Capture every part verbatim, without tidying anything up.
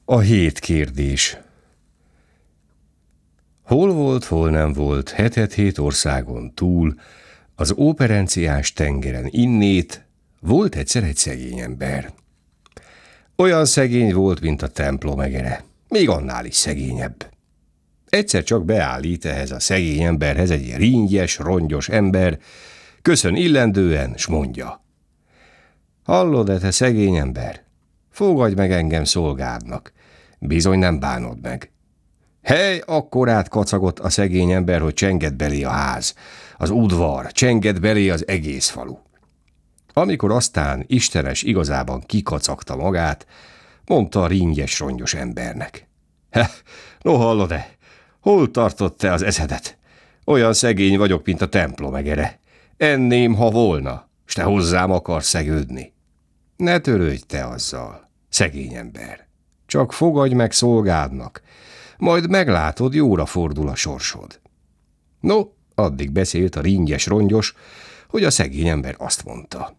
A hét kérdés. Hol volt, hol nem volt, hetet-hét országon túl, az óperenciás tengeren innét, volt egyszer egy szegény ember. Olyan szegény volt, mint a templom egere, még annál is szegényebb. Egyszer csak beállít ehhez a szegény emberhez egy ringyes, rongyos ember, köszön illendően, s mondja: hallod-e, te szegény ember? Fogadj meg engem szolgádnak, bizony nem bánod meg. Hely, akkorát kacagott a szegény ember, hogy csengett belé a ház, az udvar, csengett belé az egész falu. Amikor aztán istenes igazában kikacagta magát, mondta a ringyes, rongyos embernek: he, no hallod-e, hol tartott te az eszedet? Olyan szegény vagyok, mint a templom egere. Enném, ha volna, s te hozzám akarsz szegődni. Ne törődj te azzal, szegény ember. Csak fogadj meg szolgádnak, majd meglátod, jóra fordul a sorsod. No, addig beszélt a ringyes rongyos, hogy a szegény ember azt mondta: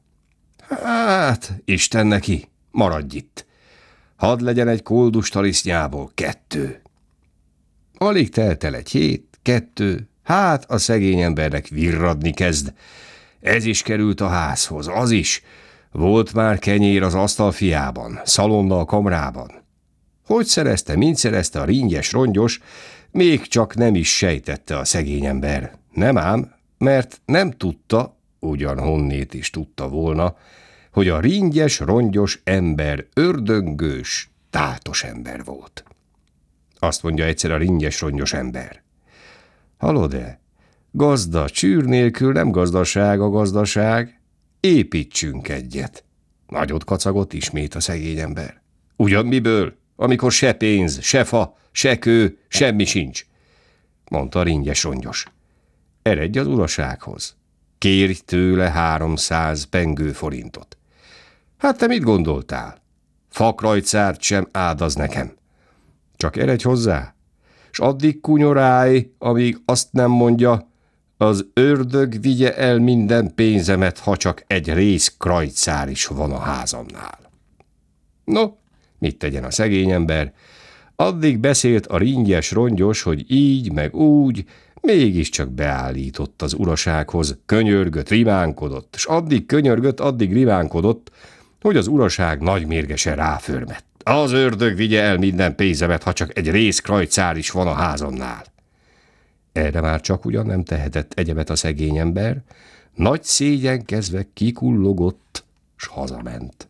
hát, Isten neki, maradj itt. Hadd legyen egy koldus talisznyából kettő. Alig telt el egy hét, kettő, hát a szegény embernek virradni kezd. Ez is került a házhoz, az is. Volt már kenyér az asztalfiában, szalonna a kamrában. Hogy szerezte, mint szerezte a ringyes rongyos, még csak nem is sejtette a szegény ember. Nem ám, mert nem tudta, ugyan honnét is tudta volna, hogy a ringyes rongyos ember ördöngős, tátos ember volt. Azt mondja egyszer a ringyes rongyos ember: hallod-e, gazda, csűr nélkül nem gazdaság a gazdaság, építsünk egyet. Nagyot kacagott ismét a szegény ember. Ugyan miből, amikor se pénz, se fa, se kő, semmi sincs, mondta a ringyes rongyos. Eredj az urasághoz, kérj tőle háromszáz pengő forintot. Hát te mit gondoltál? Fakrajcárt sem áldaz nekem. Csak eredj hozzá, s addig kunyorálj, amíg azt nem mondja: az ördög vigye el minden pénzemet, ha csak egy rész krajcár is van a házamnál. No, mit tegyen a szegény ember? Addig beszélt a ringyes rongyos, hogy így meg úgy, mégiscsak beállított az urasághoz, könyörgött, rivánkodott, s addig könyörgött, addig rivánkodott, hogy az uraság nagymérgesen ráförmett. Az ördög vigye el minden pénzemet, ha csak egy rész krajcár is van a házamnál. Erre már csak ugyan nem tehetett egyebet a szegény ember, nagy szégyenkezve kikullogott, s hazament.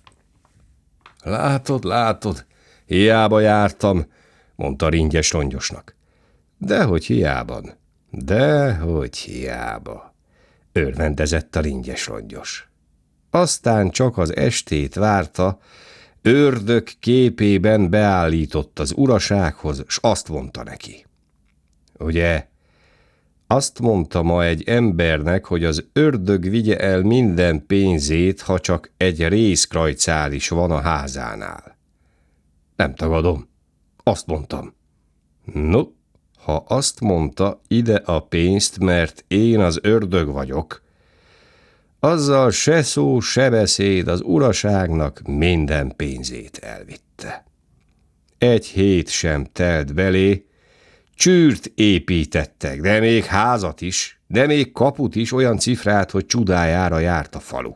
Látod, látod, hiába jártam, mondta a ringyes rongyosnak. Dehogy hiában, dehogy hiába, örvendezett a ringyes rongyos. Aztán csak az estét várta, ördög képében beállított az urasághoz, s azt mondta neki: ugye, azt mondta ma egy embernek, hogy az ördög vigye el minden pénzét, ha csak egy részkrajcár is van a házánál. Nem tagadom, azt mondtam. No, ha azt mondta, ide a pénzt, mert én az ördög vagyok, azzal se szó, se beszéd, az uraságnak minden pénzét elvitte. Egy hét sem telt belé, csűrt építettek, de még házat is, de még kaput is, olyan cifrát, hogy csudájára járt a falu.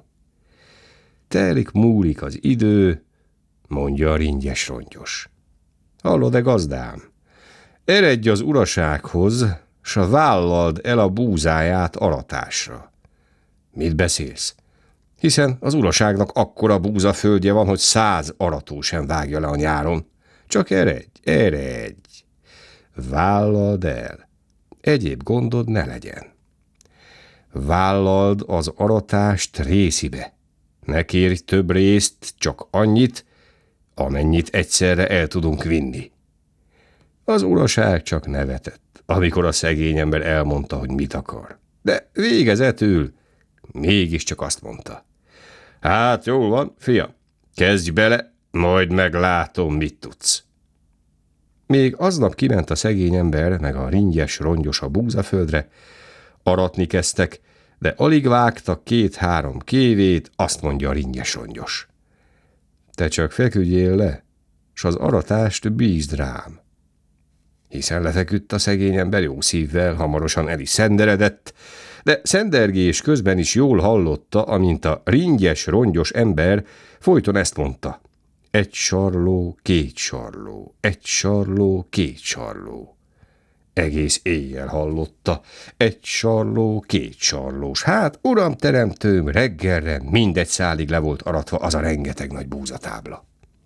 Telik múlik az idő, mondja a ringyes rongyos. Hallod-e, gazdám? Eredj az urasághoz, s vállald el a búzáját aratásra. Mit beszélsz? Hiszen az uraságnak akkora búzaföldje van, hogy száz arató sem vágja le a nyáron. Csak eredj, eredj! Vállald el, egyéb gondod ne legyen. Vállald az aratást részibe. Ne kérj több részt, csak annyit, amennyit egyszerre el tudunk vinni. Az uraság csak nevetett, amikor a szegény ember elmondta, hogy mit akar. De végezetül mégiscsak azt mondta: hát jól van, fiam, kezdj bele, majd meglátom, mit tudsz. Még aznap kiment a szegény ember meg a ringyes rongyos a búzaföldre, aratni kezdtek, de alig vágtak két-három kévét, azt mondja a ringyes rongyos: te csak feküdjél le, s az aratást bízd rám. Hiszen lefeküdt a szegény ember jó szívvel, hamarosan el is szenderedett, de szendergés közben is jól hallotta, amint a ringyes, rongyos ember folyton ezt mondta. Egy sarló, két sarló, egy sarló, két sarló. Egész éjjel hallotta. Egy sarló, két sarlós. Hát, uram teremtőm, reggelre mindegy szálig le volt aratva az a rengeteg nagy búzatábla.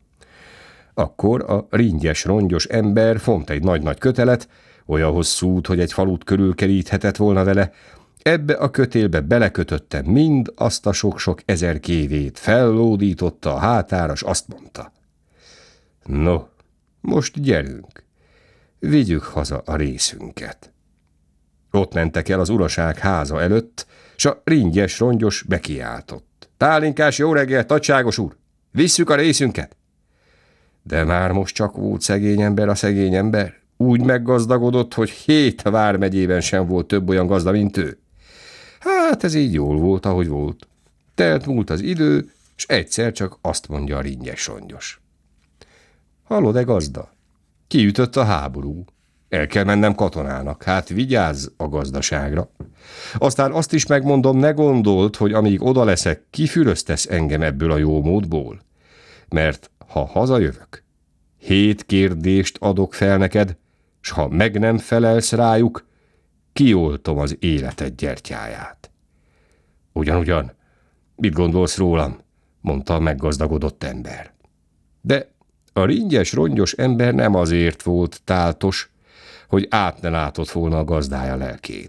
Akkor a ringyes, rongyos ember font egy nagy-nagy kötelet, olyan hosszút, hogy egy falut körülkeríthetett volna vele, ebbe a kötélbe belekötötte mind azt a sok-sok ezer kévét, fellódította a hátára, s azt mondta. No, most gyerünk, vigyük haza a részünket. Ott mentek el az uraság háza előtt, s a ringyes, rongyos bekiáltott. Pálinkás, jó reggelt, nagyságos úr! Visszük a részünket! De már most csak volt szegény ember a szegény ember, úgy meggazdagodott, hogy hét vármegyében sem volt több olyan gazda, mint ő. Hát ez így jól volt, ahogy volt. Telt múlt az idő, s egyszer csak azt mondja a ringyes rongyos. Hallod-e, gazda? Kiütött a háború. El kell mennem katonának, hát vigyázz a gazdaságra. Aztán azt is megmondom, ne gondold, hogy amíg oda leszek, kifüröztesz engem ebből a jó módból. Mert ha hazajövök, hét kérdést adok fel neked, s ha meg nem felelsz rájuk, kioltom az életed gyertyáját. Ugyan-ugyan, mit gondolsz rólam? Mondta a meggazdagodott ember. De a ringyes, rongyos ember nem azért volt táltos, hogy át ne látott volna a gazdája lelkén.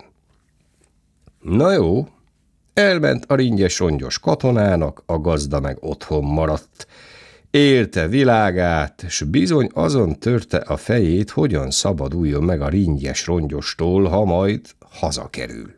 Na jó, elment a ringyes, rongyos katonának, a gazda meg otthon maradt. Élte világát, s bizony azon törte a fejét, hogyan szabaduljon meg a ringyes rongyostól, ha majd hazakerül.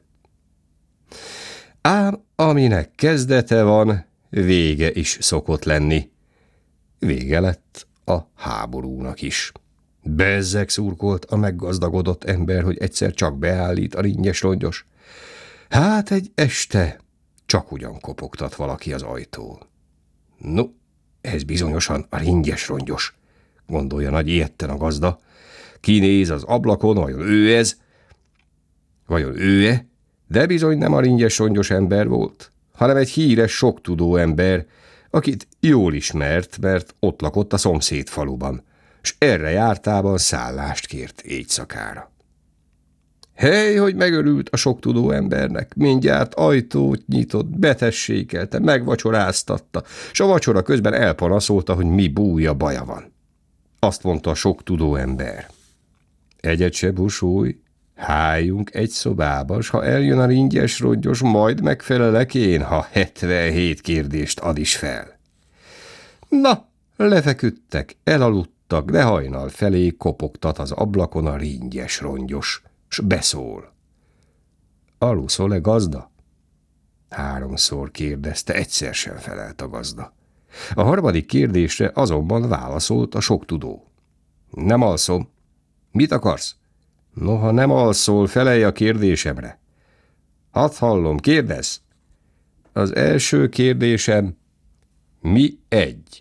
Ám aminek kezdete van, vége is szokott lenni. Vége lett a háborúnak is. Bezzeg szurkolt a meggazdagodott ember, hogy egyszer csak beállít a ringyes rongyos. Hát egy este csak ugyan kopogtat valaki az ajtón. No, ez bizonyosan a ringyes rongyos, gondolja nagy ilyetten a gazda. Kinéz az ablakon, vajon ő ez? Vajon ő-e? De bizony nem a ringyes rongyos ember volt, hanem egy híres, soktudó ember, akit jól ismert, mert ott lakott a szomszéd faluban, s erre jártában szállást kért éjszakára. Hely, hogy megörült a soktudó embernek, mindjárt ajtót nyitott, betessékelte, megvacsoráztatta, s a vacsora közben elpanaszolta, hogy mi bújja baja van. Azt mondta a soktudó ember. Egyet se búsulj, háljunk egy szobába, s ha eljön a ringyes rongyos, majd megfelelek én, ha hetvenhét kérdést ad is fel. Na, lefeküdtek, elaludtak, de hajnal felé kopogtat az ablakon a ringyes rongyos, s beszól. Aluszol-e, gazda? Háromszor kérdezte, egyszer sem felelt a gazda. A harmadik kérdésre azonban válaszolt a soktudó. Nem alszom. Mit akarsz? Noha nem alszol, felelj a kérdésemre. Hadd hallom, kérdezz. Az első kérdésem, mi egy?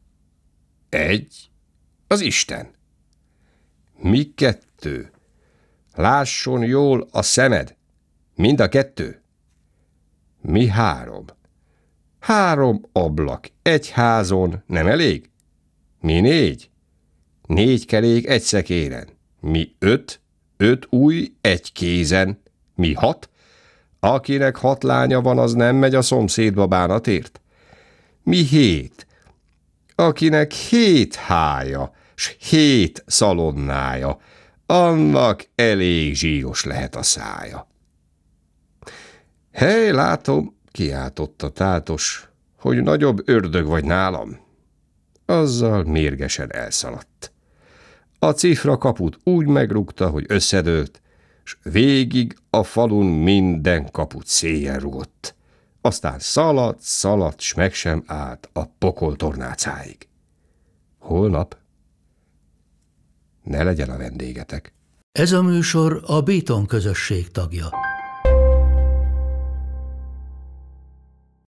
Egy? Az Isten. Mi kettő? Lásson jól a szemed. Mind a kettő? Mi három? Három ablak, egy házon, nem elég? Mi négy? Négy kerék egy szekéren. Mi öt? Öt új egy kézen. Mi hat? Akinek hat lánya van, az nem megy a szomszédba bánatért. Mi hét? Akinek hét hája, s hét szalonnája, annak elég zsíros lehet a szája. Hely, látom, kiáltotta tátos, hogy nagyobb ördög vagy nálam. Azzal mérgesen elszaladt. A cifra kaput úgy megrúgta, hogy összedőlt, s végig a falun minden kaput széjjel rugott. Aztán szaladt, szaladt, s meg sem állt a pokol tornácáig. Holnap ne legyen a vendégetek. Ez a műsor a Béton közösség tagja.